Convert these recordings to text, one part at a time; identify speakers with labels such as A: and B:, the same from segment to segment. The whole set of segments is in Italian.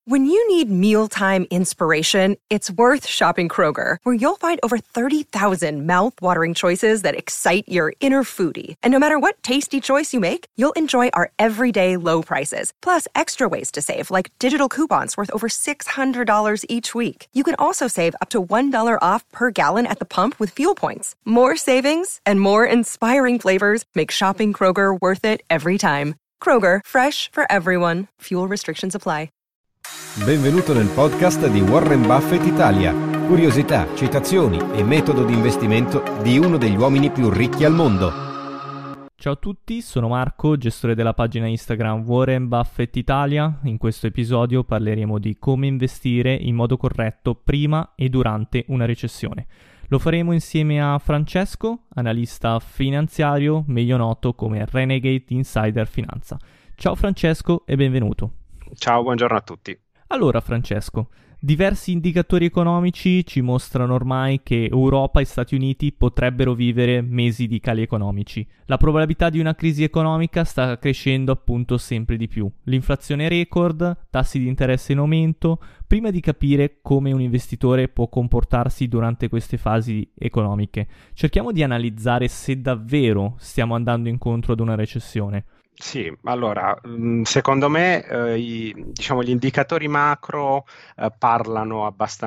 A: When you need mealtime inspiration, it's worth shopping Kroger, where you'll find over 30,000 mouth-watering choices that excite your inner foodie. And no matter what tasty choice you make, you'll enjoy our everyday low prices, plus extra ways to save, like digital coupons worth over $600 each week. You can also save up to $1 off per gallon at the pump with fuel points. More savings and more inspiring flavors make shopping Kroger worth it every time. Kroger, fresh for everyone. Fuel restrictions apply.
B: Benvenuto nel podcast di Warren Buffett Italia. Curiosità, citazioni e metodo di investimento di uno degli uomini più ricchi al mondo.
C: Ciao a tutti, sono Marco, gestore della pagina Instagram Warren Buffett Italia. In questo episodio parleremo di come investire in modo corretto prima e durante una recessione. Lo faremo insieme a Francesco, analista finanziario, meglio noto come Renegade Insider Finanza. Ciao Francesco e benvenuto.
D: Ciao, buongiorno a tutti.
C: Allora Francesco, diversi indicatori economici ci mostrano ormai che Europa e Stati Uniti potrebbero vivere mesi di cali economici. La probabilità di una crisi economica sta crescendo appunto sempre di più. L'inflazione record, tassi di interesse in aumento. Prima di capire come un investitore può comportarsi durante queste fasi economiche, cerchiamo di analizzare se davvero stiamo andando incontro ad una recessione.
D: Sì, allora, secondo me gli indicatori macro parlano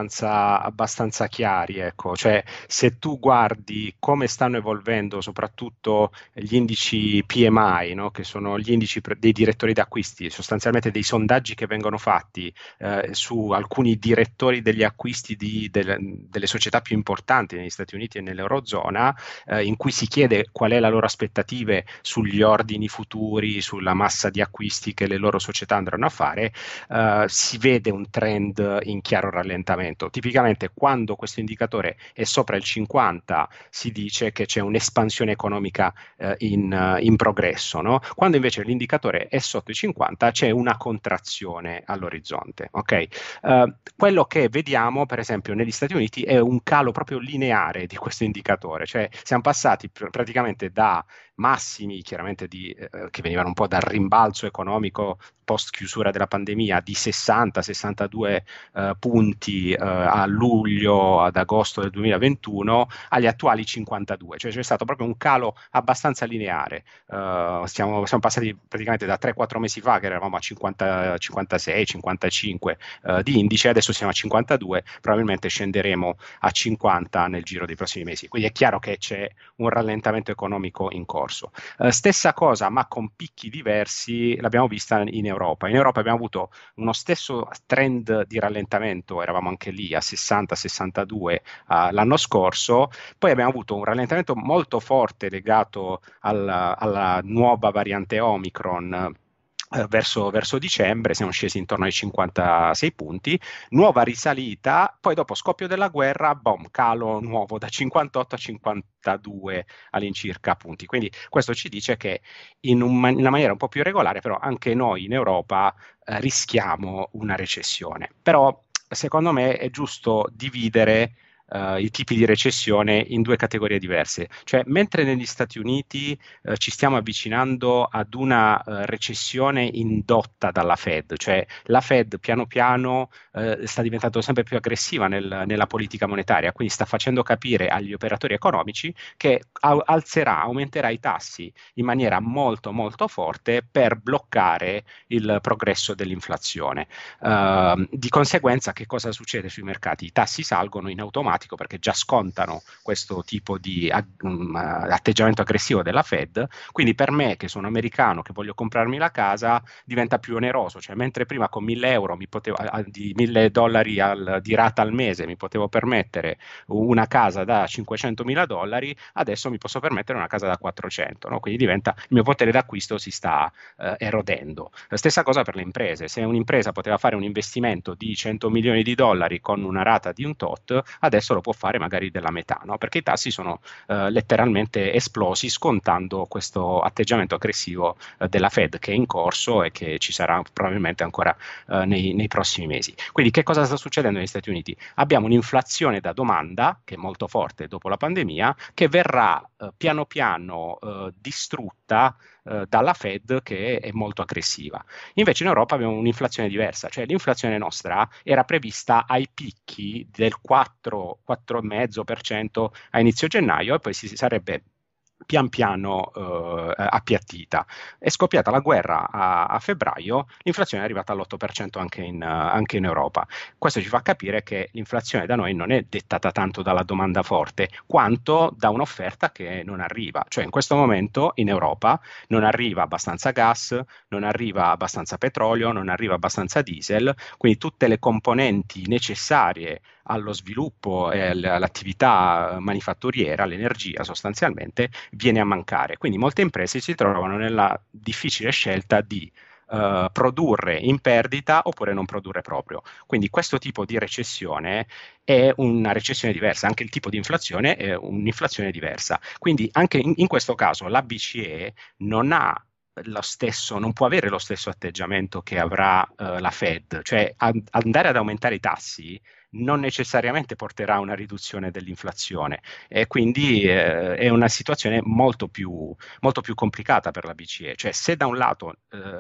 D: abbastanza chiari, ecco. Cioè se tu guardi come stanno evolvendo soprattutto gli indici PMI, no? Che sono gli indici dei direttori d'acquisti, sostanzialmente dei sondaggi che vengono fatti su alcuni direttori degli acquisti delle società più importanti negli Stati Uniti e nell'Eurozona, in cui si chiede qual è la loro aspettative sugli ordini futuri, sulla massa di acquisti che le loro società andranno a fare, si vede un trend in chiaro rallentamento. Tipicamente quando questo indicatore è sopra il 50 si dice che c'è un'espansione economica in progresso, no? Quando invece l'indicatore è sotto i 50 c'è una contrazione all'orizzonte. Okay? Quello che vediamo per esempio negli Stati Uniti è un calo proprio lineare di questo indicatore, cioè siamo passati praticamente da massimi chiaramente che venivano un po' dal rimbalzo economico post chiusura della pandemia di 60-62 punti a luglio, ad agosto del 2021 agli attuali 52, cioè c'è stato proprio un calo abbastanza lineare. Siamo passati praticamente da 3-4 mesi fa che eravamo a 50, 56, 55 di indice, adesso siamo a 52, probabilmente scenderemo a 50 nel giro dei prossimi mesi, quindi è chiaro che c'è un rallentamento economico in corso. Stessa cosa ma con picchi diversi l'abbiamo vista in Europa. In Europa abbiamo avuto uno stesso trend di rallentamento, eravamo anche lì a 60-62 l'anno scorso, poi abbiamo avuto un rallentamento molto forte legato alla nuova variante Omicron. Verso dicembre siamo scesi intorno ai 56 punti, nuova risalita, poi dopo scoppio della guerra, calo nuovo da 58 a 52 all'incirca punti. Quindi questo ci dice che in una maniera un po' più regolare, però anche noi in Europa rischiamo una recessione. Però secondo me è giusto dividere i tipi di recessione in due categorie diverse, cioè mentre negli Stati Uniti ci stiamo avvicinando ad una recessione indotta dalla Fed, cioè la Fed piano piano sta diventando sempre più aggressiva nella politica monetaria, quindi sta facendo capire agli operatori economici che aumenterà i tassi in maniera molto molto forte per bloccare il progresso dell'inflazione. Di conseguenza che cosa succede sui mercati? I tassi salgono in automatico perché già scontano questo tipo di atteggiamento aggressivo della Fed, quindi per me che sono americano, che voglio comprarmi la casa, diventa più oneroso, cioè mentre prima con 1.000 euro di $1.000 di rata al mese mi potevo permettere una casa da $500.000, adesso mi posso permettere una casa da 400, no? Quindi il mio potere d'acquisto si sta erodendo. La stessa cosa per le imprese, se un'impresa poteva fare un investimento di $100 milioni con una rata di un tot, adesso lo può fare magari della metà, no? Perché i tassi sono letteralmente esplosi scontando questo atteggiamento aggressivo della Fed che è in corso e che ci sarà probabilmente ancora nei prossimi mesi. Quindi che cosa sta succedendo negli Stati Uniti? Abbiamo un'inflazione da domanda che è molto forte dopo la pandemia, che verrà piano piano distrutta dalla Fed, che è molto aggressiva. Invece in Europa abbiamo un'inflazione diversa, cioè l'inflazione nostra era prevista ai picchi del 4,5% a inizio gennaio e poi si sarebbe pian piano appiattita. È scoppiata la guerra a febbraio, l'inflazione è arrivata all'8% anche in Europa. Questo ci fa capire che l'inflazione da noi non è dettata tanto dalla domanda forte, quanto da un'offerta che non arriva. Cioè in questo momento in Europa non arriva abbastanza gas, non arriva abbastanza petrolio, non arriva abbastanza diesel, quindi tutte le componenti necessarie allo sviluppo e all'attività manifatturiera, l'energia sostanzialmente, viene a mancare. Quindi molte imprese si trovano nella difficile scelta di produrre in perdita oppure non produrre proprio. Quindi questo tipo di recessione è una recessione diversa, anche il tipo di inflazione è un'inflazione diversa. Quindi anche in questo caso la BCE non può avere lo stesso atteggiamento che avrà la Fed, cioè andare ad aumentare i tassi non necessariamente porterà a una riduzione dell'inflazione e quindi è una situazione molto più complicata per la BCE. Cioè se da un lato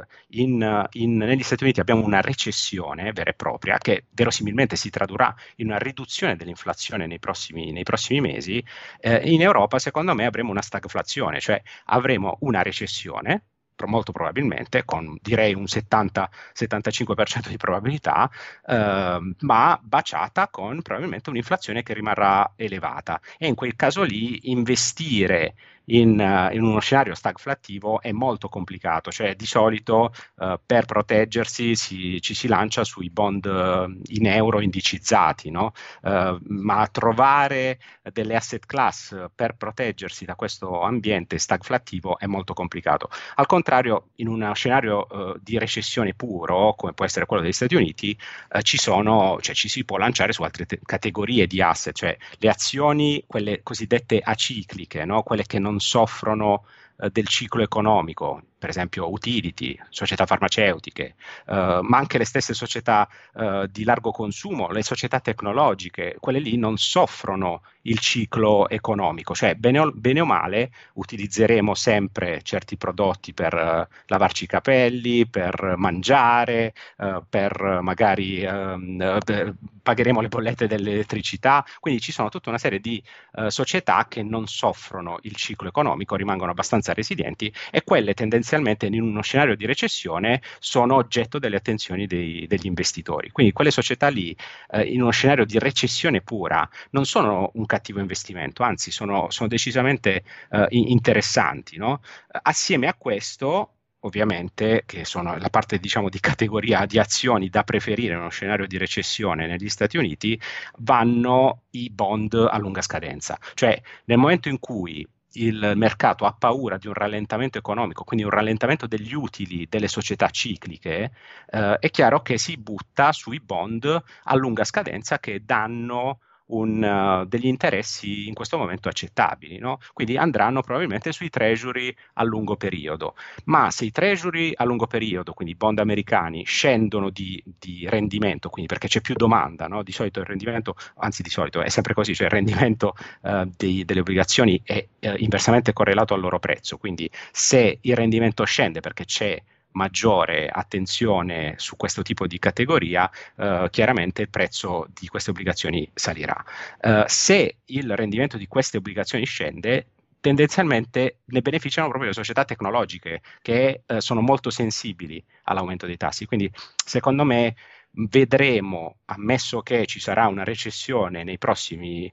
D: negli Stati Uniti abbiamo una recessione vera e propria che verosimilmente si tradurrà in una riduzione dell'inflazione nei prossimi mesi, in Europa secondo me avremo una stagflazione, cioè avremo una recessione molto probabilmente, con direi un 70-75% di probabilità, ma baciata con probabilmente un'inflazione che rimarrà elevata. E in quel caso lì investire in uno scenario stagflattivo è molto complicato, cioè di solito per proteggersi ci si lancia sui bond in euro indicizzati, no? Ma trovare delle asset class per proteggersi da questo ambiente stagflattivo è molto complicato. Al contrario, in uno scenario di recessione puro, come può essere quello degli Stati Uniti, ci si può lanciare su altre categorie di asset, cioè le azioni, quelle cosiddette acicliche, no? Quelle che non soffrono del ciclo economico, per esempio utility, società farmaceutiche, ma anche le stesse società di largo consumo, le società tecnologiche, quelle lì non soffrono il ciclo economico, cioè bene o male utilizzeremo sempre certi prodotti per lavarci i capelli, per mangiare, per magari pagheremo le bollette dell'elettricità, quindi ci sono tutta una serie di società che non soffrono il ciclo economico, rimangono abbastanza resilienti e quelle tendenzialmente in uno scenario di recessione sono oggetto delle attenzioni degli investitori. Quindi quelle società lì in uno scenario di recessione pura non sono un cattivo investimento, anzi sono decisamente interessanti, no? Assieme a questo, ovviamente, che sono la parte diciamo di categoria di azioni da preferire in uno scenario di recessione negli Stati Uniti, vanno i bond a lunga scadenza. Cioè nel momento in cui il mercato ha paura di un rallentamento economico, quindi un rallentamento degli utili delle società cicliche, è chiaro che si butta sui bond a lunga scadenza che danno degli interessi in questo momento accettabili, no? Quindi andranno probabilmente sui treasury a lungo periodo, ma se i treasury a lungo periodo, quindi i bond americani, scendono di rendimento, quindi perché c'è più domanda, no? Di solito il rendimento, anzi di solito è sempre così, cioè il rendimento delle obbligazioni è inversamente correlato al loro prezzo, quindi se il rendimento scende perché c'è maggiore attenzione su questo tipo di categoria, chiaramente il prezzo di queste obbligazioni salirà. Se il rendimento di queste obbligazioni scende, tendenzialmente ne beneficiano proprio le società tecnologiche che sono molto sensibili all'aumento dei tassi. Quindi secondo me vedremo, ammesso che ci sarà una recessione nei prossimi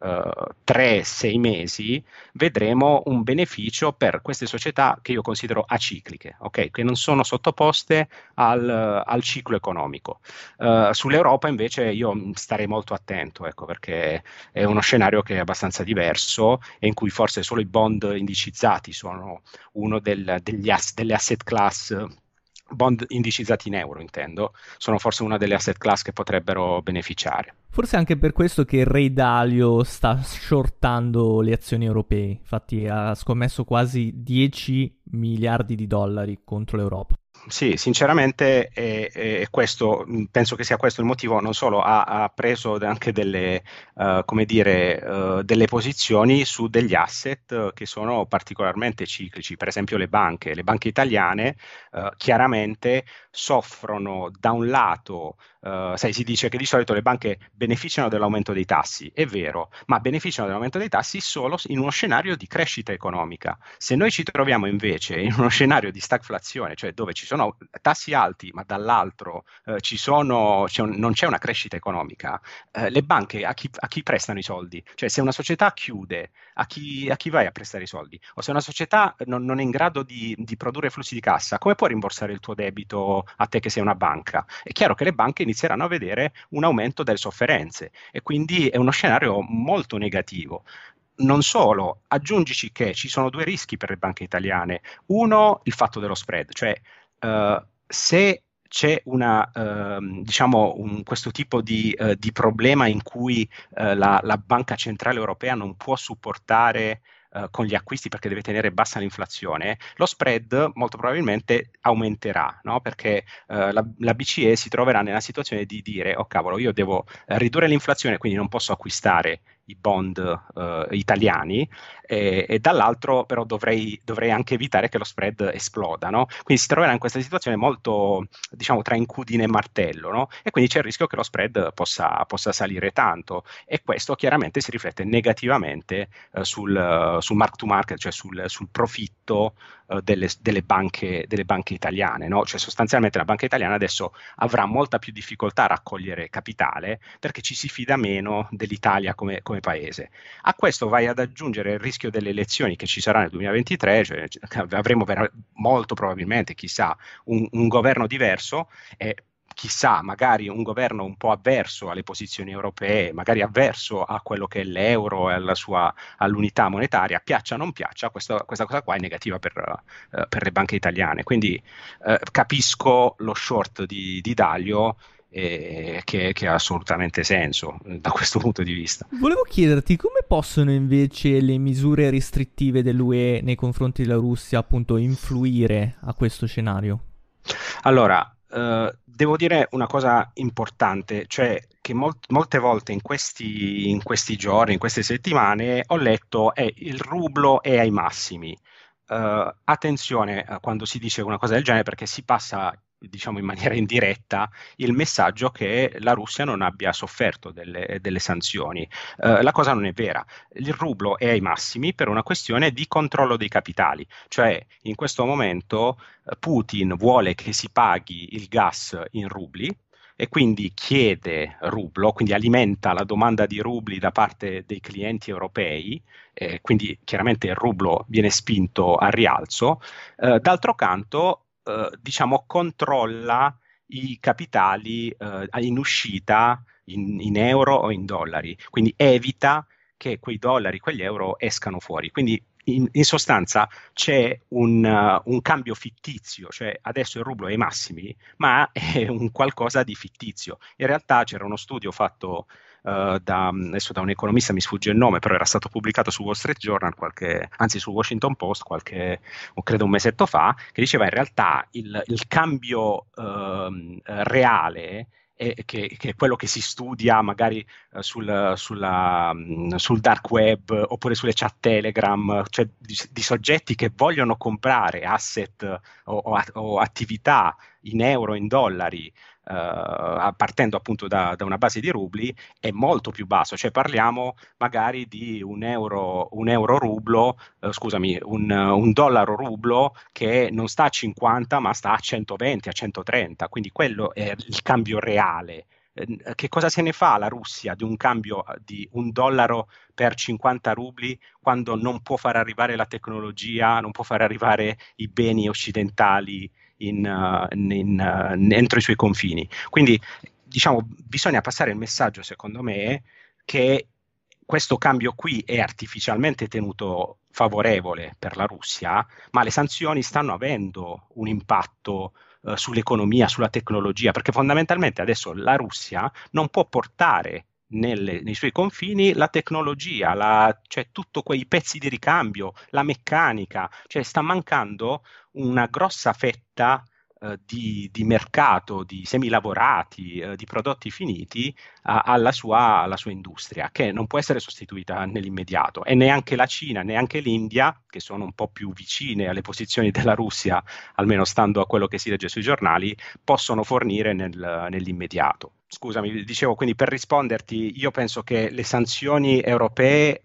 D: 3-6 mesi, vedremo un beneficio per queste società che io considero acicliche, okay? Che non sono sottoposte al ciclo economico. Sull'Europa invece io starei molto attento, ecco, perché è uno scenario che è abbastanza diverso e in cui forse solo i bond indicizzati sono uno delle asset class. Bond indicizzati in euro, intendo, sono forse una delle asset class che potrebbero beneficiare.
C: Forse anche per questo che il Ray Dalio sta shortando le azioni europee, infatti ha scommesso quasi 10 miliardi di dollari contro l'Europa.
D: sì, sinceramente questo, penso che sia questo il motivo. Non solo ha preso anche delle, come dire, delle posizioni su degli asset che sono particolarmente ciclici. Per esempio le banche italiane chiaramente soffrono da un lato, sai, si dice che di solito le banche beneficiano dell'aumento dei tassi, è vero, ma beneficiano dell'aumento dei tassi solo in uno scenario di crescita economica. Se noi ci troviamo invece in uno scenario di stagflazione, cioè dove ci sono tassi alti, ma dall'altro non c'è una crescita economica, le banche a chi prestano i soldi? Cioè se una società chiude, a chi vai a prestare i soldi? O se una società non è in grado di produrre flussi di cassa, come può rimborsare il tuo debito a te che sei una banca? È chiaro che le banche inizieranno a vedere un aumento delle sofferenze e quindi è uno scenario molto negativo. Non solo, aggiungici che ci sono due rischi per le banche italiane. Uno, il fatto dello spread, cioè se c'è questo tipo di problema in cui la Banca Centrale Europea non può supportare con gli acquisti perché deve tenere bassa l'inflazione, lo spread molto probabilmente aumenterà, no? Perché la BCE si troverà nella situazione di dire, oh cavolo, io devo ridurre l'inflazione, quindi non posso acquistare i bond italiani e dall'altro però dovrei anche evitare che lo spread esploda, no? Quindi si troverà in questa situazione molto, diciamo, tra incudine e martello, no? E quindi c'è il rischio che lo spread possa salire tanto e questo chiaramente si riflette negativamente sul mark to market, cioè sul profitto delle banche italiane, no? Cioè sostanzialmente la banca italiana adesso avrà molta più difficoltà a raccogliere capitale perché ci si fida meno dell'Italia come paese. A questo vai ad aggiungere il rischio delle elezioni che ci sarà nel 2023, cioè avremo molto probabilmente, chissà, un governo diverso e chissà, magari un governo un po' avverso alle posizioni europee, magari avverso a quello che è l'euro e all'unità monetaria, piaccia o non piaccia, questa cosa qua è negativa per le banche italiane. Quindi capisco lo short di Dalio che ha assolutamente senso da questo punto di vista.
C: Volevo chiederti come possono invece le misure restrittive dell'UE nei confronti della Russia appunto influire a questo scenario?
D: Allora, devo dire una cosa importante, cioè che molte volte in questi giorni, in queste settimane, ho letto il rublo è ai massimi. Attenzione quando si dice una cosa del genere perché si passa, diciamo in maniera indiretta, il messaggio che la Russia non abbia sofferto delle sanzioni. La cosa non è vera. Il rublo è ai massimi per una questione di controllo dei capitali, cioè in questo momento Putin vuole che si paghi il gas in rubli e quindi chiede rublo, quindi alimenta la domanda di rubli da parte dei clienti europei, quindi chiaramente il rublo viene spinto al rialzo. D'altro canto, diciamo, controlla i capitali in uscita in euro o in dollari, quindi evita che quei dollari, quegli euro escano fuori. Quindi in sostanza c'è un cambio fittizio, cioè adesso il rublo è ai massimi, ma è un qualcosa di fittizio. In realtà c'era uno studio fatto adesso da un economista, mi sfugge il nome, però era stato pubblicato su Wall Street Journal, anzi su Washington Post, credo un mesetto fa, che diceva in realtà il cambio reale che è quello che si studia magari sul dark web oppure sulle chat Telegram, cioè di soggetti che vogliono comprare asset o attività in euro, in dollari, partendo appunto da una base di rubli, è molto più basso, cioè parliamo magari di un euro scusami, un dollaro rublo che non sta a 50 ma sta a 120, a 130, quindi quello è il cambio reale. Che cosa se ne fa la Russia di un cambio di un dollaro per 50 rubli quando non può far arrivare la tecnologia, non può far arrivare i beni occidentali entro i suoi confini? Quindi, diciamo, bisogna passare il messaggio, secondo me, che questo cambio qui è artificialmente tenuto favorevole per la Russia, ma le sanzioni stanno avendo un impatto sull'economia, sulla tecnologia, perché fondamentalmente adesso la Russia non può portare nei suoi confini la tecnologia, cioè tutti quei pezzi di ricambio, la meccanica, cioè sta mancando una grossa fetta di mercato, di semilavorati, di prodotti finiti alla sua industria, che non può essere sostituita nell'immediato, e neanche la Cina, neanche l'India, che sono un po' più vicine alle posizioni della Russia, almeno stando a quello che si legge sui giornali, possono fornire nell'immediato. Scusami, dicevo, quindi per risponderti, io penso che le sanzioni europee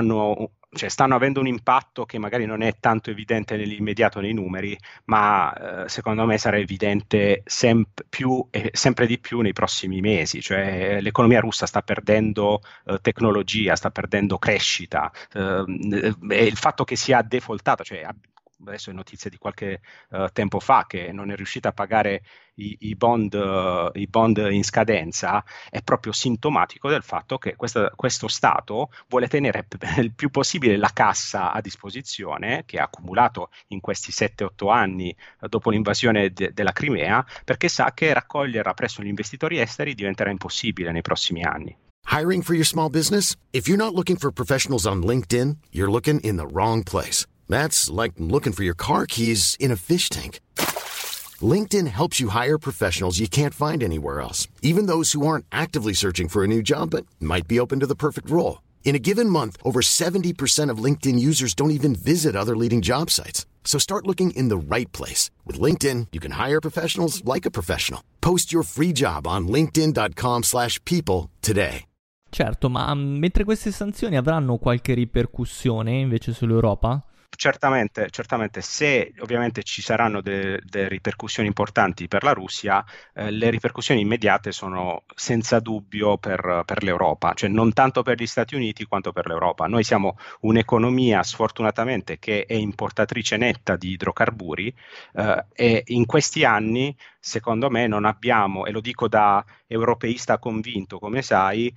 D: stanno avendo un impatto che magari non è tanto evidente nell'immediato nei numeri, ma secondo me sarà evidente sempre di più nei prossimi mesi. Cioè, l'economia russa sta perdendo tecnologia, sta perdendo crescita, e il fatto che sia defaultata, cioè adesso è notizia di qualche tempo fa che non è riuscita a pagare i bond in scadenza, è proprio sintomatico del fatto che questo Stato vuole tenere il più possibile la cassa a disposizione, che ha accumulato in questi 7-8 anni dopo l'invasione della Crimea, perché sa che raccoglierla presso gli investitori esteri diventerà impossibile nei prossimi anni.
E: Hiring for your small business? If you're not looking for professionals on LinkedIn, you're looking in the wrong place. That's like looking for your car keys in a fish tank. LinkedIn helps you hire professionals you can't find anywhere else, even those who aren't actively searching for a new job but might be open to the perfect role. In a given month, over 70% of LinkedIn users don't even visit other leading job sites. So start looking in the right place. With LinkedIn, you can hire professionals like a professional. Post your free job on linkedin.com/people today.
C: Certo, ma mentre queste sanzioni avranno qualche ripercussione invece sull'Europa?
D: Certamente, se ovviamente ci saranno delle ripercussioni importanti per la Russia, le ripercussioni immediate sono senza dubbio per l'Europa, cioè non tanto per gli Stati Uniti quanto per l'Europa. Noi siamo un'economia sfortunatamente che è importatrice netta di idrocarburi, e in questi anni, secondo me, non abbiamo, e lo dico da europeista convinto, come sai,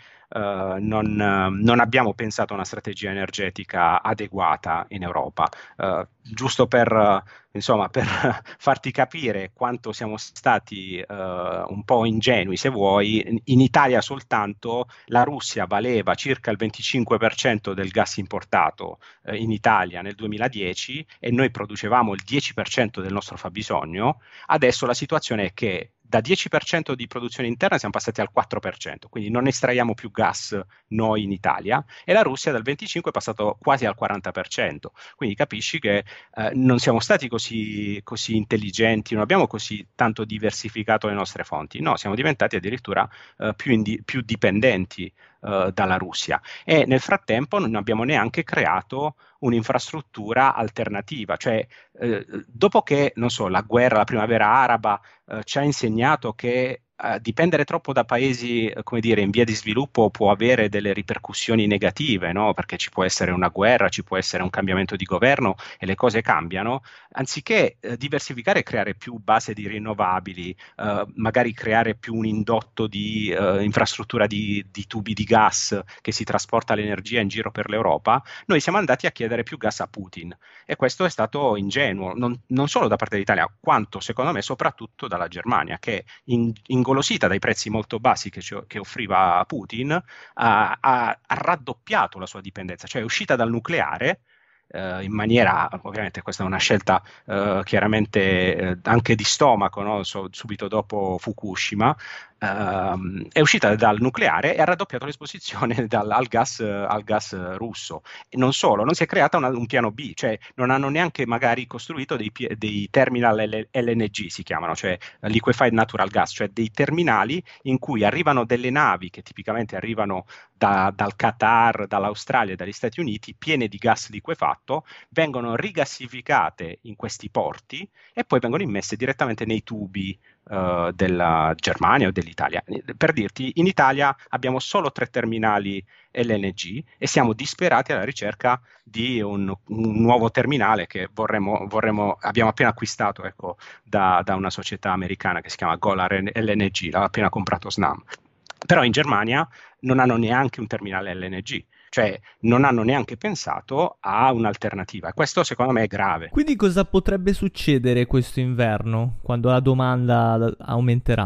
D: non abbiamo pensato a una strategia energetica adeguata in Europa. Giusto per farti capire quanto siamo stati un po' ingenui, se vuoi, in Italia soltanto la Russia valeva circa il 25% del gas importato in Italia nel 2010 e noi producevamo il 10% del nostro fabbisogno. Adesso la situazione è che da 10% di produzione interna siamo passati al 4%, quindi non estraiamo più gas noi in Italia, e la Russia dal 25% è passato quasi al 40%, quindi capisci che non siamo stati così intelligenti, non abbiamo così tanto diversificato le nostre fonti, no, siamo diventati addirittura più dipendenti dalla Russia, e nel frattempo non abbiamo neanche creato un'infrastruttura alternativa, cioè dopo che, non so, la primavera araba ci ha insegnato che dipendere troppo da paesi, come dire, in via di sviluppo può avere delle ripercussioni negative, no? Perché ci può essere una guerra, ci può essere un cambiamento di governo e le cose cambiano. Anziché diversificare e creare più base di rinnovabili, magari creare più un indotto di infrastruttura di tubi di gas che si trasporta l'energia in giro per l'Europa, noi siamo andati a chiedere più gas a Putin, e questo è stato ingenuo, non solo da parte dell'Italia, quanto secondo me soprattutto dalla Germania, che ingolosita dai prezzi molto bassi che offriva Putin, ha raddoppiato la sua dipendenza, cioè è uscita dal nucleare in maniera, ovviamente questa è una scelta chiaramente anche di stomaco, no? Subito dopo Fukushima, è uscita dal nucleare e ha raddoppiato l'esposizione al gas russo. E non solo, non si è creata un piano B, cioè non hanno neanche magari costruito dei terminal LNG, si chiamano, cioè Liquefied Natural Gas, cioè dei terminali in cui arrivano delle navi che tipicamente arrivano dal Qatar, dall'Australia e dagli Stati Uniti, piene di gas liquefatto, vengono rigassificate in questi porti e poi vengono immesse direttamente nei tubi della Germania o dell'Italia. Per dirti, in Italia abbiamo solo 3 terminali LNG e siamo disperati alla ricerca di un nuovo terminale che abbiamo appena acquistato, ecco, da una società americana che si chiama Golar LNG, l'ha appena comprato Snam. Però in Germania non hanno neanche un terminale LNG, cioè non hanno neanche pensato a un'alternativa, e questo secondo me è grave.
C: Quindi cosa potrebbe succedere questo inverno, quando la domanda aumenterà?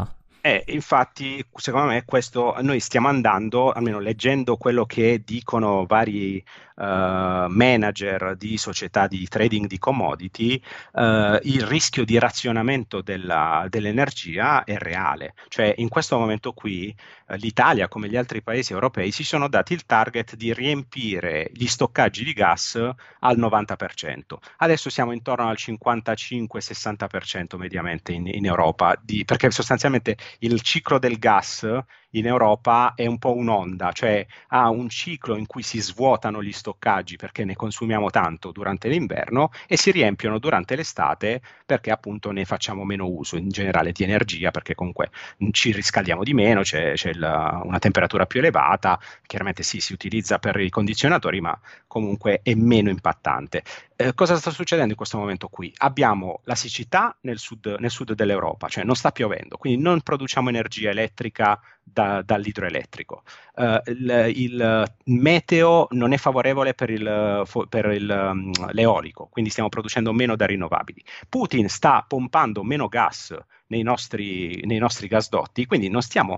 D: Infatti, secondo me, questo noi stiamo andando, almeno leggendo quello che dicono vari manager di società di trading di commodity, il rischio di razionamento dell'energia è reale. Cioè, in questo momento qui, l'Italia, come gli altri paesi europei, si sono dati il target di riempire gli stoccaggi di gas al 90%. Adesso siamo intorno al 55-60% mediamente in Europa, perché sostanzialmente il ciclo del gas in Europa è un po' un'onda, cioè ha un ciclo in cui si svuotano gli stoccaggi perché ne consumiamo tanto durante l'inverno e si riempiono durante l'estate perché appunto ne facciamo meno uso in generale di energia, perché comunque ci riscaldiamo di meno, c'è una temperatura più elevata, chiaramente sì, si utilizza per i condizionatori, ma comunque è meno impattante. Cosa sta succedendo in questo momento qui? Abbiamo la siccità nel sud dell'Europa, cioè non sta piovendo, quindi non produciamo energia elettrica dall'idroelettrico. Il meteo non è favorevole per l'eolico, quindi stiamo producendo meno da rinnovabili. Putin sta pompando meno gas nei nostri gasdotti, quindi non stiamo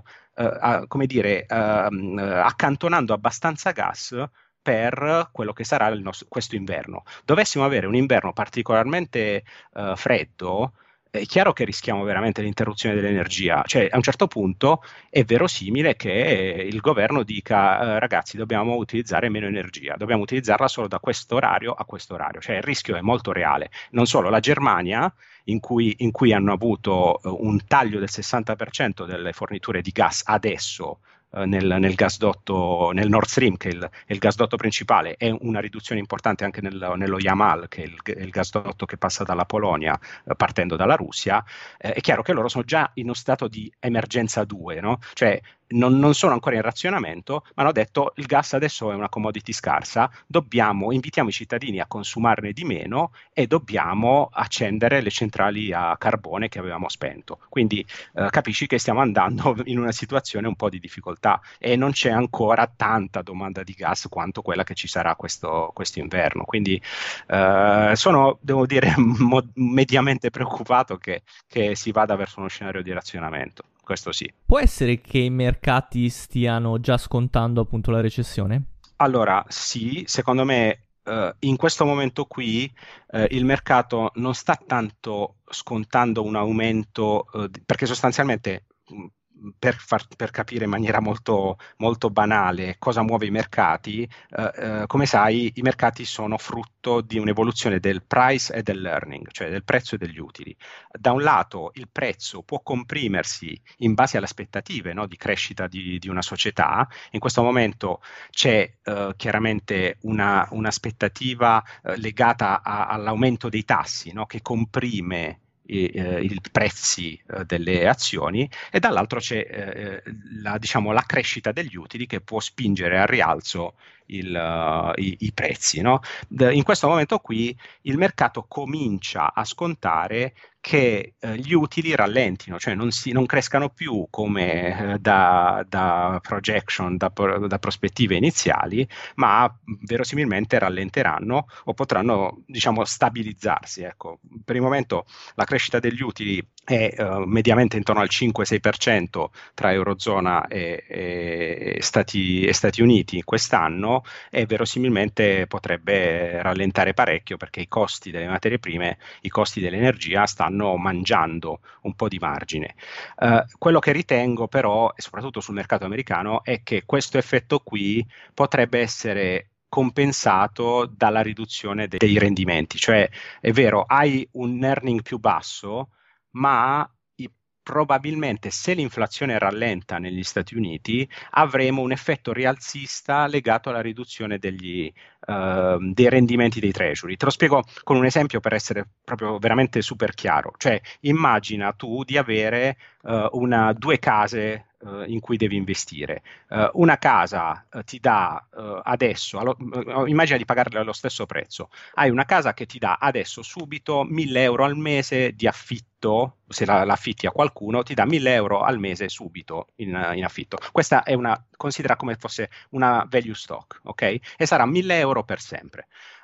D: accantonando abbastanza gas per quello che sarà questo inverno. Dovessimo avere un inverno particolarmente freddo, è chiaro che rischiamo veramente l'interruzione dell'energia. Cioè, a un certo punto è verosimile che il governo dica ragazzi, dobbiamo utilizzare meno energia, dobbiamo utilizzarla solo da questo orario a questo orario. Cioè, il rischio è molto reale. Non solo la Germania, in cui hanno avuto un taglio del 60% delle forniture di gas adesso, nel gasdotto, nel Nord Stream, che è il gasdotto principale, è una riduzione importante anche nello Yamal, che è il gasdotto che passa dalla Polonia partendo dalla Russia. È chiaro che loro sono già in uno stato di emergenza 2, no? Cioè non sono ancora in razionamento, ma hanno detto il gas adesso è una commodity scarsa, invitiamo i cittadini a consumarne di meno e dobbiamo accendere le centrali a carbone che avevamo spento. Quindi capisci che stiamo andando in una situazione un po' di difficoltà e non c'è ancora tanta domanda di gas quanto quella che ci sarà questo inverno. Quindi sono, devo dire, mediamente preoccupato che si vada verso uno scenario di razionamento. Questo sì.
C: Può essere che i mercati stiano già scontando appunto la recessione?
D: Allora, sì, secondo me in questo momento qui il mercato non sta tanto scontando un aumento, perché sostanzialmente per capire in maniera molto, molto banale cosa muove i mercati, come sai, i mercati sono frutto di un'evoluzione del price e dell'earning, cioè del prezzo e degli utili. Da un lato il prezzo può comprimersi in base alle aspettative, no, di crescita di una società. In questo momento c'è chiaramente un'aspettativa legata all'aumento dei tassi, no, che comprime i prezzi delle azioni, e dall'altro c'è la crescita degli utili che può spingere al rialzo i prezzi, no? In questo momento qui il mercato comincia a scontare che gli utili rallentino, cioè non crescano più come da projection, da prospettive iniziali, ma verosimilmente rallenteranno o potranno, diciamo, stabilizzarsi. Ecco. Per il momento la crescita degli utili è mediamente intorno al 5-6% tra Eurozona e Stati Uniti quest'anno, e verosimilmente potrebbe rallentare parecchio perché i costi delle materie prime, i costi dell'energia stanno mangiando un po' di margine. Quello che ritengo però, e soprattutto sul mercato americano, è che questo effetto qui potrebbe essere compensato dalla riduzione dei rendimenti. Cioè, è vero, hai un earning più basso, ma probabilmente se l'inflazione rallenta negli Stati Uniti avremo un effetto rialzista legato alla riduzione dei rendimenti dei treasury. Te lo spiego con un esempio per essere proprio veramente super chiaro. Cioè, immagina tu di avere due case in cui devi investire. Una casa ti dà adesso, immagina di pagarla allo stesso prezzo. Hai una casa che ti dà adesso subito 1.000 euro al mese di affitto, se l'affitti a qualcuno ti dà 1.000 euro al mese subito in affitto. Questa è considera come fosse una value stock, ok? E sarà 1.000 euro per sempre.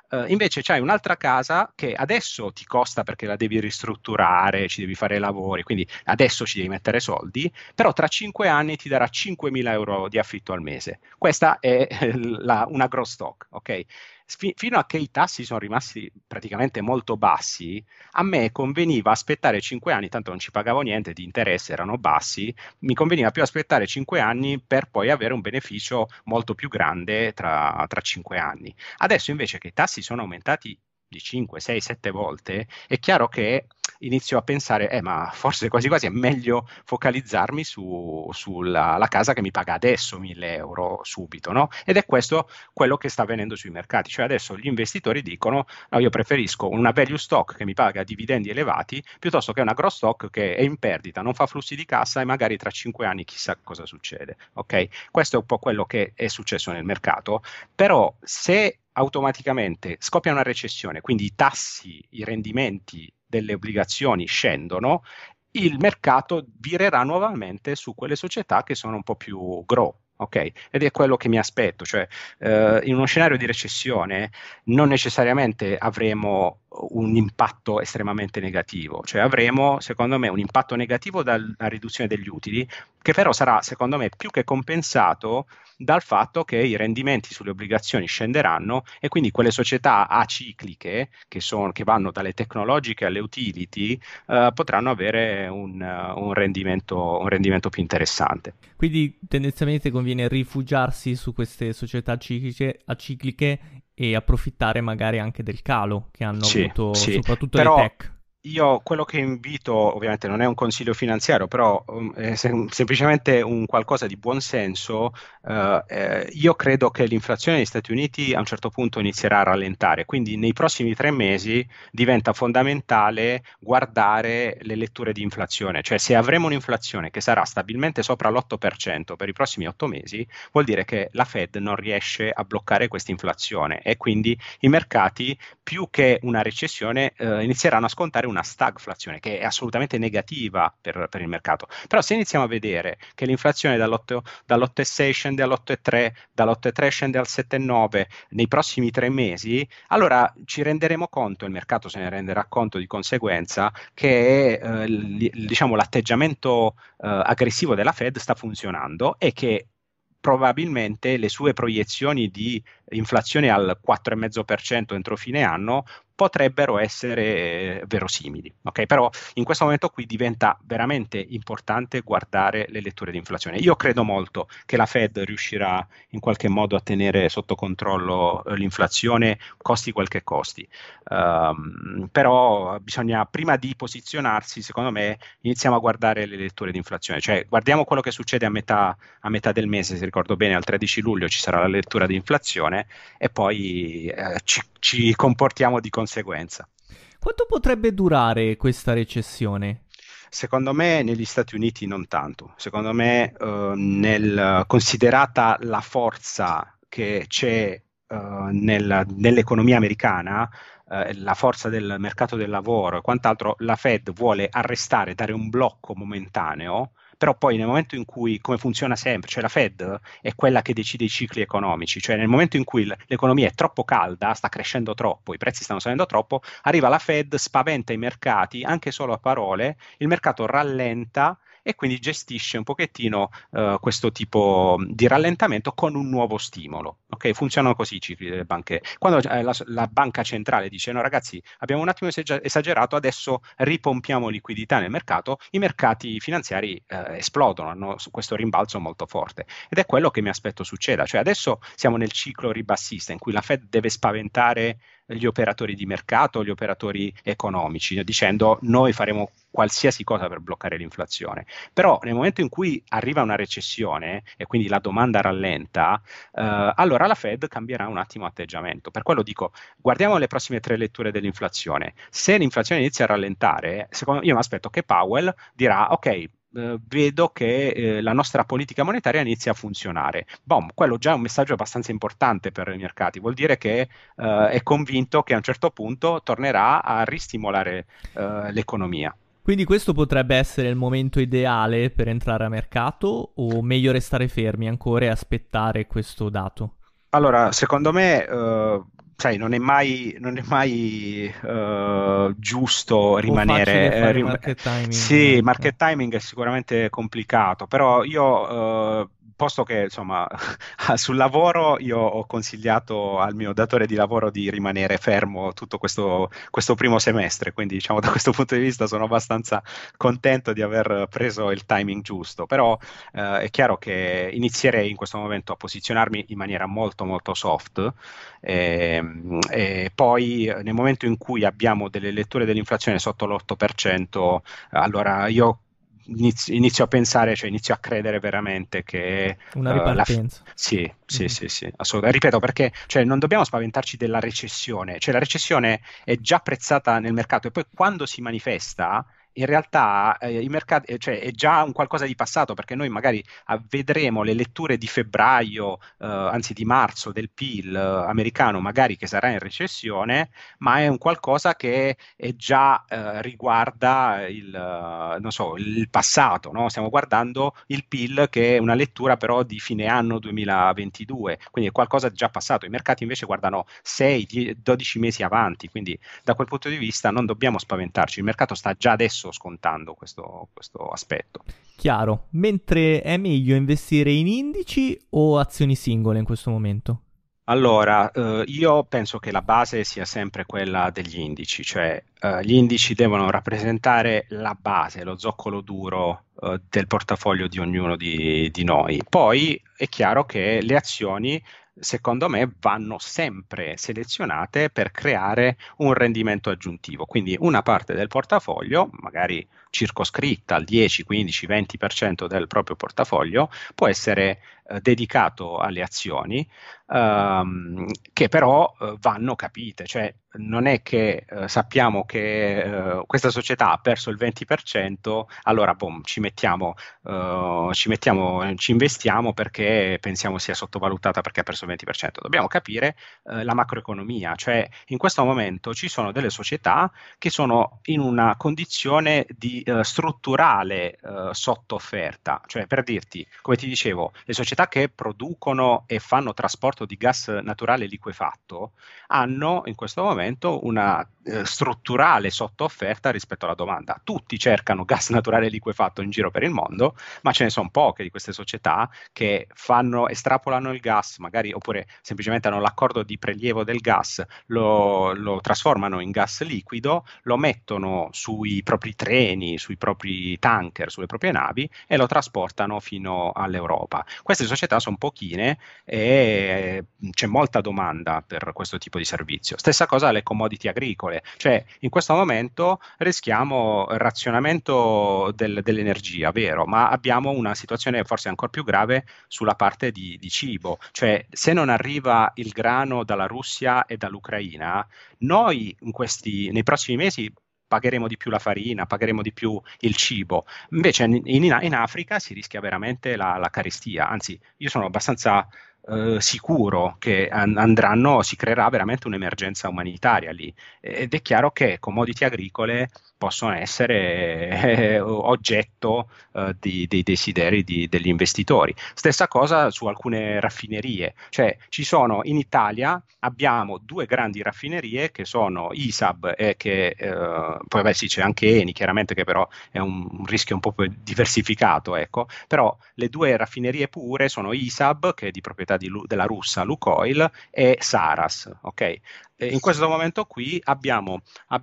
D: Invece c'hai un'altra casa che adesso ti costa perché la devi ristrutturare, ci devi fare lavori, quindi adesso ci devi mettere soldi, però tra 5 anni ti darà 5.000 euro di affitto al mese. Questa è una gross stock, ok? Fino a che i tassi sono rimasti praticamente molto bassi, a me conveniva aspettare 5 anni, tanto non ci pagavo niente, di interesse erano bassi, mi conveniva più aspettare 5 anni per poi avere un beneficio molto più grande tra 5 anni. Adesso invece che i tassi sono aumentati di 5, 6, 7 volte, è chiaro che inizio a pensare, ma forse quasi quasi è meglio focalizzarmi sulla casa che mi paga adesso 1.000 euro subito, no? Ed è questo quello che sta avvenendo sui mercati, cioè adesso gli investitori dicono, no, io preferisco una value stock che mi paga dividendi elevati piuttosto che una gross stock che è in perdita, non fa flussi di cassa e magari tra 5 anni chissà cosa succede, ok? Questo è un po' quello che è successo nel mercato, però se automaticamente scoppia una recessione, quindi i tassi, i rendimenti delle obbligazioni scendono, il mercato virerà nuovamente su quelle società che sono un po' più grow. Ok, ed è quello che mi aspetto, cioè in uno scenario di recessione non necessariamente avremo un impatto estremamente negativo, cioè avremo secondo me un impatto negativo dalla riduzione degli utili, che però sarà secondo me più che compensato dal fatto che i rendimenti sulle obbligazioni scenderanno e quindi quelle società acicliche che vanno dalle tecnologiche alle utility potranno avere un rendimento più interessante.
C: Quindi tendenzialmente conviene rifugiarsi su queste società acicliche e approfittare magari anche del calo che hanno avuto soprattutto
D: però
C: le tech.
D: Io quello che invito, ovviamente non è un consiglio finanziario, però è semplicemente un qualcosa di buon senso. Io credo che l'inflazione negli Stati Uniti a un certo punto inizierà a rallentare, quindi nei prossimi 3 mesi diventa fondamentale guardare le letture di inflazione, cioè se avremo un'inflazione che sarà stabilmente sopra l'8% per i prossimi 8 mesi, vuol dire che la Fed non riesce a bloccare questa inflazione e quindi i mercati, più che una recessione, inizieranno a scontare una stagflazione che è assolutamente negativa per il mercato. Però se iniziamo a vedere che l'inflazione dall'8,6 scende all'8,3, dall'8,3 scende al 7,9 nei prossimi 3 mesi, allora ci renderemo conto, il mercato se ne renderà conto di conseguenza, che diciamo, l'atteggiamento aggressivo della Fed sta funzionando e che probabilmente le sue proiezioni di inflazione al 4,5% entro fine anno potrebbero essere verosimili, ok? Però in questo momento qui diventa veramente importante guardare le letture di inflazione. Io credo molto che la Fed riuscirà in qualche modo a tenere sotto controllo l'inflazione, costi quel che costi. Però bisogna, prima di posizionarsi, secondo me, iniziamo a guardare le letture di inflazione, cioè guardiamo quello che succede a metà del mese, se ricordo bene, al 13 luglio ci sarà la lettura di inflazione e poi ci comportiamo di conseguenza.
C: Quanto potrebbe durare questa recessione?
D: Secondo me negli Stati Uniti non tanto. Secondo me considerata la forza che c'è nell'economia americana, la forza del mercato del lavoro e quant'altro, la Fed vuole arrestare, dare un blocco momentaneo. Però poi nel momento in cui, come funziona sempre, cioè la Fed è quella che decide i cicli economici, cioè nel momento in cui l'economia è troppo calda, sta crescendo troppo, i prezzi stanno salendo troppo, arriva la Fed, spaventa i mercati, anche solo a parole, il mercato rallenta e quindi gestisce un pochettino questo tipo di rallentamento con un nuovo stimolo. Okay? Funzionano così i cicli delle banche. Quando la banca centrale dice no ragazzi, abbiamo un attimo esagerato, adesso ripompiamo liquidità nel mercato, i mercati finanziari esplodono, hanno questo rimbalzo molto forte. Ed è quello che mi aspetto succeda. Cioè adesso siamo nel ciclo ribassista in cui la Fed deve spaventare gli operatori di mercato, gli operatori economici, dicendo noi faremo qualsiasi cosa per bloccare l'inflazione. Però nel momento in cui arriva una recessione e quindi la domanda rallenta, allora la Fed cambierà un attimo atteggiamento. Per quello dico, guardiamo le prossime 3 letture dell'inflazione. Se l'inflazione inizia a rallentare, io mi aspetto che Powell dirà ok, vedo che la nostra politica monetaria inizia a funzionare. Quello già è un messaggio abbastanza importante per i mercati, vuol dire che è convinto che a un certo punto tornerà a ristimolare l'economia.
C: Quindi questo potrebbe essere il momento ideale per entrare a mercato o meglio restare fermi ancora e aspettare questo dato?
D: Allora, secondo me, sai, non è mai giusto
C: O facile
D: rimanere.
C: fare market timing?
D: Sì, market timing è sicuramente complicato, però io, posto che insomma sul lavoro, io ho consigliato al mio datore di lavoro di rimanere fermo tutto questo primo semestre, quindi diciamo da questo punto di vista sono abbastanza contento di aver preso il timing giusto, però è chiaro che inizierei in questo momento a posizionarmi in maniera molto molto soft e poi nel momento in cui abbiamo delle letture dell'inflazione sotto l'8%, allora io inizio a pensare, cioè inizio a credere veramente che
C: Una ripartenza.
D: sì, sì,
C: Mhm.
D: sì, sì, assolutamente. Ripeto, perché cioè, non dobbiamo spaventarci della recessione, cioè la recessione è già prezzata nel mercato e poi quando si manifesta in realtà i mercati, cioè, è già un qualcosa di passato, perché noi magari vedremo le letture di febbraio, anzi di marzo del PIL americano, magari che sarà in recessione, ma è un qualcosa che è già riguarda non so, il passato, no? Stiamo guardando il PIL che è una lettura però di fine anno 2022, quindi è qualcosa già passato. I mercati invece guardano 6, 12 mesi avanti, quindi da quel punto di vista non dobbiamo spaventarci, il mercato sta già adesso scontando questo aspetto.
C: Chiaro. Mentre è meglio investire in indici o azioni singole in questo momento?
D: Allora, io penso che la base sia sempre quella degli indici, cioè gli indici devono rappresentare la base, lo zoccolo duro del portafoglio di ognuno di noi. Poi è chiaro che le azioni, secondo me, vanno sempre selezionate per creare un rendimento aggiuntivo. Quindi una parte del portafoglio, magari circoscritta al 10, 15, 20% del proprio portafoglio, può essere dedicato alle azioni che però vanno capite, cioè non è che sappiamo che questa società ha perso il 20%, allora boom, ci investiamo perché pensiamo sia sottovalutata perché ha perso il 20%. Dobbiamo capire la macroeconomia, cioè in questo momento ci sono delle società che sono in una condizione di strutturale sottoofferta, cioè per dirti, come ti dicevo, le società che producono e fanno trasporto di gas naturale liquefatto hanno in questo momento una strutturale sottoofferta rispetto alla domanda. Tutti cercano gas naturale liquefatto in giro per il mondo, ma ce ne sono poche di queste società che estrapolano il gas, magari oppure semplicemente hanno l'accordo di prelievo del gas, lo trasformano in gas liquido, lo mettono sui propri treni, sui propri tanker, sulle proprie navi e lo trasportano fino all'Europa. Queste società sono pochine e c'è molta domanda per questo tipo di servizio. Stessa cosa alle commodity agricole, cioè in questo momento rischiamo il razionamento dell'energia, vero, ma abbiamo una situazione forse ancora più grave sulla parte di cibo, cioè se non arriva il grano dalla Russia e dall'Ucraina, noi nei prossimi mesi pagheremo di più la farina, pagheremo di più il cibo. Invece in Africa si rischia veramente la carestia, anzi io sono abbastanza sicuro che si creerà veramente un'emergenza umanitaria lì ed è chiaro che commodity agricole possono essere oggetto dei desideri degli investitori. Stessa cosa su alcune raffinerie, cioè ci sono in Italia abbiamo due grandi raffinerie che sono ISAB e che poi beh, sì, c'è anche Eni chiaramente che però è un rischio un po' più diversificato, ecco, però le due raffinerie pure sono ISAB che è di proprietà della russa Lukoil e Saras, ok? In questo momento qui abbiamo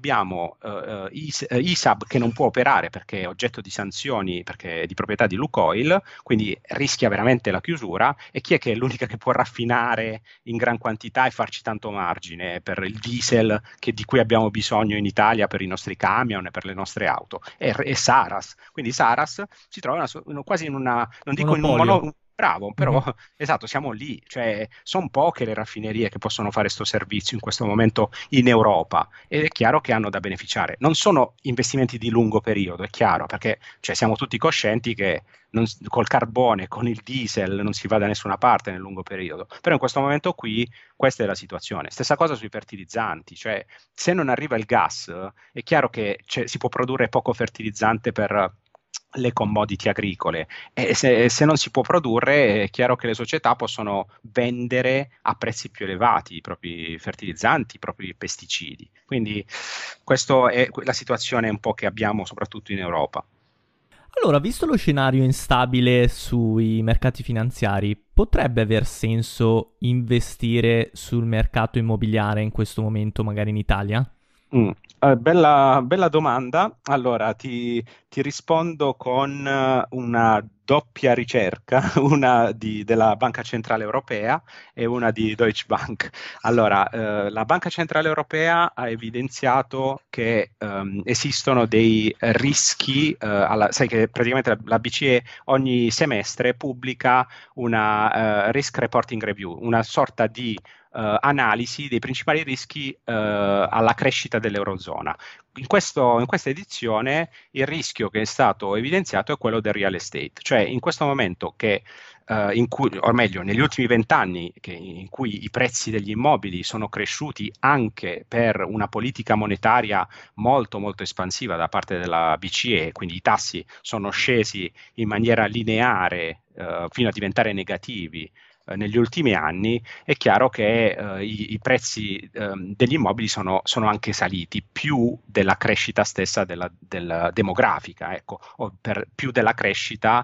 D: ISAB che non può operare perché è oggetto di sanzioni perché è di proprietà di Lukoil, quindi rischia veramente la chiusura e chi è che è l'unica che può raffinare in gran quantità e farci tanto margine per il diesel di cui abbiamo bisogno in Italia per i nostri camion e per le nostre auto? È Saras, quindi Saras si trova quasi in una, non dico in un
C: Monopolio.
D: bravo, però
C: Mhm.
D: esatto, siamo lì, cioè sono poche le raffinerie che possono fare questo servizio in questo momento in Europa ed è chiaro che hanno da beneficiare. Non sono investimenti di lungo periodo, è chiaro, perché cioè, siamo tutti coscienti che col carbone, con il diesel non si va da nessuna parte nel lungo periodo, però in questo momento qui questa è la situazione. Stessa cosa sui fertilizzanti, cioè se non arriva il gas è chiaro che si può produrre poco fertilizzante per le commodity agricole, e se non si può produrre è chiaro che le società possono vendere a prezzi più elevati i propri fertilizzanti, i propri pesticidi. Quindi questa è la situazione un po' che abbiamo soprattutto in Europa.
C: Allora, visto lo scenario instabile sui mercati finanziari, potrebbe aver senso investire sul mercato immobiliare in questo momento, magari in Italia?
D: Bella domanda. Allora, ti rispondo con una doppia ricerca, una della Banca Centrale Europea e una di Deutsche Bank. Allora, la Banca Centrale Europea ha evidenziato che esistono dei rischi, sai che praticamente la BCE ogni semestre pubblica una Risk Reporting Review, una sorta di analisi dei principali rischi alla crescita dell'Eurozona. In questa edizione il rischio che è stato evidenziato è quello del real estate, cioè in questo momento o meglio negli ultimi 20 anni in cui i prezzi degli immobili sono cresciuti anche per una politica monetaria molto molto espansiva da parte della BCE, quindi i tassi sono scesi in maniera lineare fino a diventare negativi negli ultimi anni, è chiaro che i prezzi degli immobili sono anche saliti più della crescita stessa della demografica, ecco, o più della crescita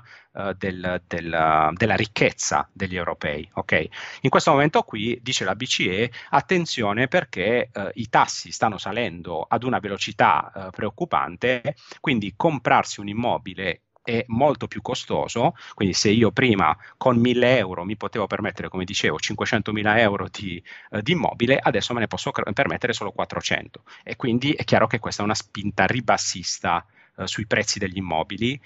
D: della ricchezza degli europei. Okay? In questo momento qui dice la BCE attenzione perché i tassi stanno salendo ad una velocità preoccupante, quindi comprarsi un immobile è molto più costoso, quindi se io prima con 1.000 euro mi potevo permettere, come dicevo, 500.000 euro di immobile, adesso me ne posso permettere solo 400, e quindi è chiaro che questa è una spinta ribassista sui prezzi degli immobili.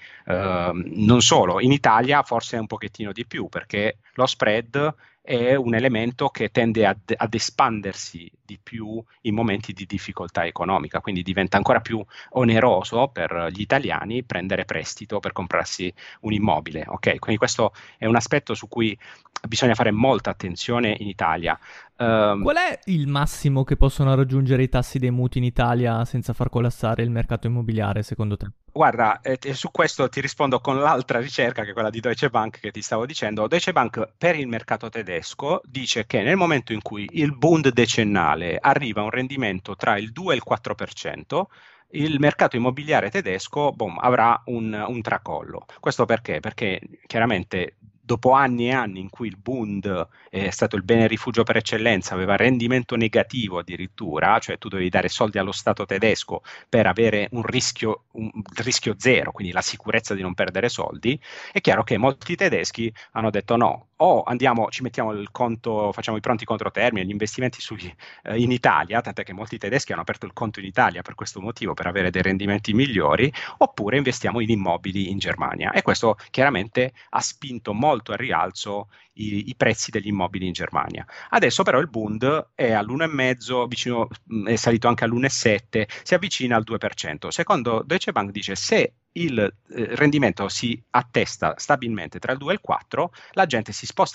D: Non solo, in Italia forse è un pochettino di più, perché lo spread è un elemento che tende ad espandersi di più in momenti di difficoltà economica, quindi diventa ancora più oneroso per gli italiani prendere prestito per comprarsi un immobile. Okay? Quindi questo è un aspetto su cui bisogna fare molta attenzione in Italia.
C: Qual è il massimo che possono raggiungere i tassi dei mutui in Italia senza far collassare il mercato immobiliare, secondo te?
D: Guarda, su questo ti rispondo con l'altra ricerca, che è quella di Deutsche Bank che ti stavo dicendo. Deutsche Bank per il mercato tedesco dice che nel momento in cui il Bund decennale arriva a un rendimento tra il 2 e il 4%, il mercato immobiliare tedesco avrà un tracollo. Questo perché? Perché chiaramente dopo anni e anni in cui il Bund è stato il bene rifugio per eccellenza, aveva rendimento negativo addirittura, cioè tu dovevi dare soldi allo Stato tedesco per avere un rischio zero, quindi la sicurezza di non perdere soldi, è chiaro che molti tedeschi hanno detto no, o ci mettiamo il conto, facciamo i pronti controtermini, gli investimenti in Italia, tant'è che molti tedeschi hanno aperto il conto in Italia per questo motivo, per avere dei rendimenti migliori, oppure investiamo in immobili in Germania. E questo chiaramente ha spinto molto al rialzo i prezzi degli immobili in Germania. Adesso però il Bund è all'1,5, è salito anche all'1,7, si avvicina al 2%. Secondo Deutsche Bank dice se il rendimento si attesta stabilmente tra il 2 e il 4, la gente si sposta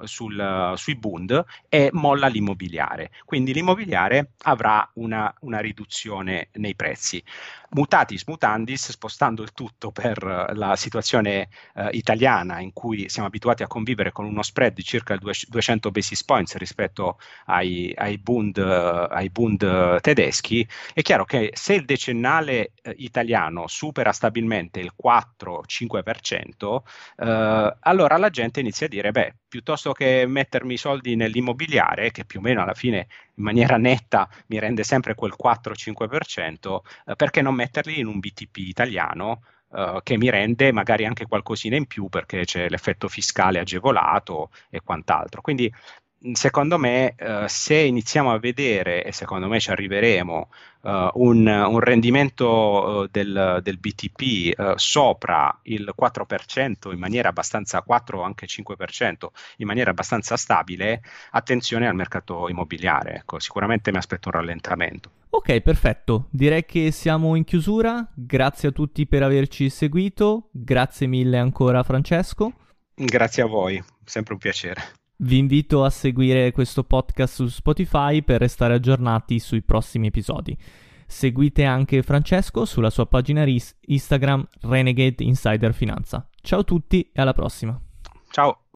D: sui Bund e molla l'immobiliare. Quindi l'immobiliare avrà una riduzione nei prezzi. Mutatis mutandis, spostando il tutto per la situazione italiana, in cui siamo abituati a convivere con uno spread di circa 200 basis points rispetto ai Bund tedeschi, è chiaro che se il decennale italiano supera stabilmente il 4-5%, allora la gente inizia a dire, piuttosto che mettermi i soldi nell'immobiliare, che più o meno alla fine in maniera netta mi rende sempre quel 4-5%, perché non metterli in un BTP italiano che mi rende magari anche qualcosina in più, perché c'è l'effetto fiscale agevolato e quant'altro. Quindi secondo me se iniziamo a vedere, e secondo me ci arriveremo, un rendimento del BTP sopra il 4% in maniera abbastanza, 4 o anche 5% in maniera abbastanza stabile, attenzione al mercato immobiliare. Ecco, sicuramente mi aspetto un rallentamento.
C: Ok, perfetto. Direi che siamo in chiusura. Grazie a tutti per averci seguito. Grazie mille ancora, Francesco.
D: Grazie a voi, sempre un piacere.
C: Vi invito a seguire questo podcast su Spotify per restare aggiornati sui prossimi episodi. Seguite anche Francesco sulla sua pagina Instagram Renegade Insider Finanza. Ciao a tutti e alla prossima.
D: Ciao.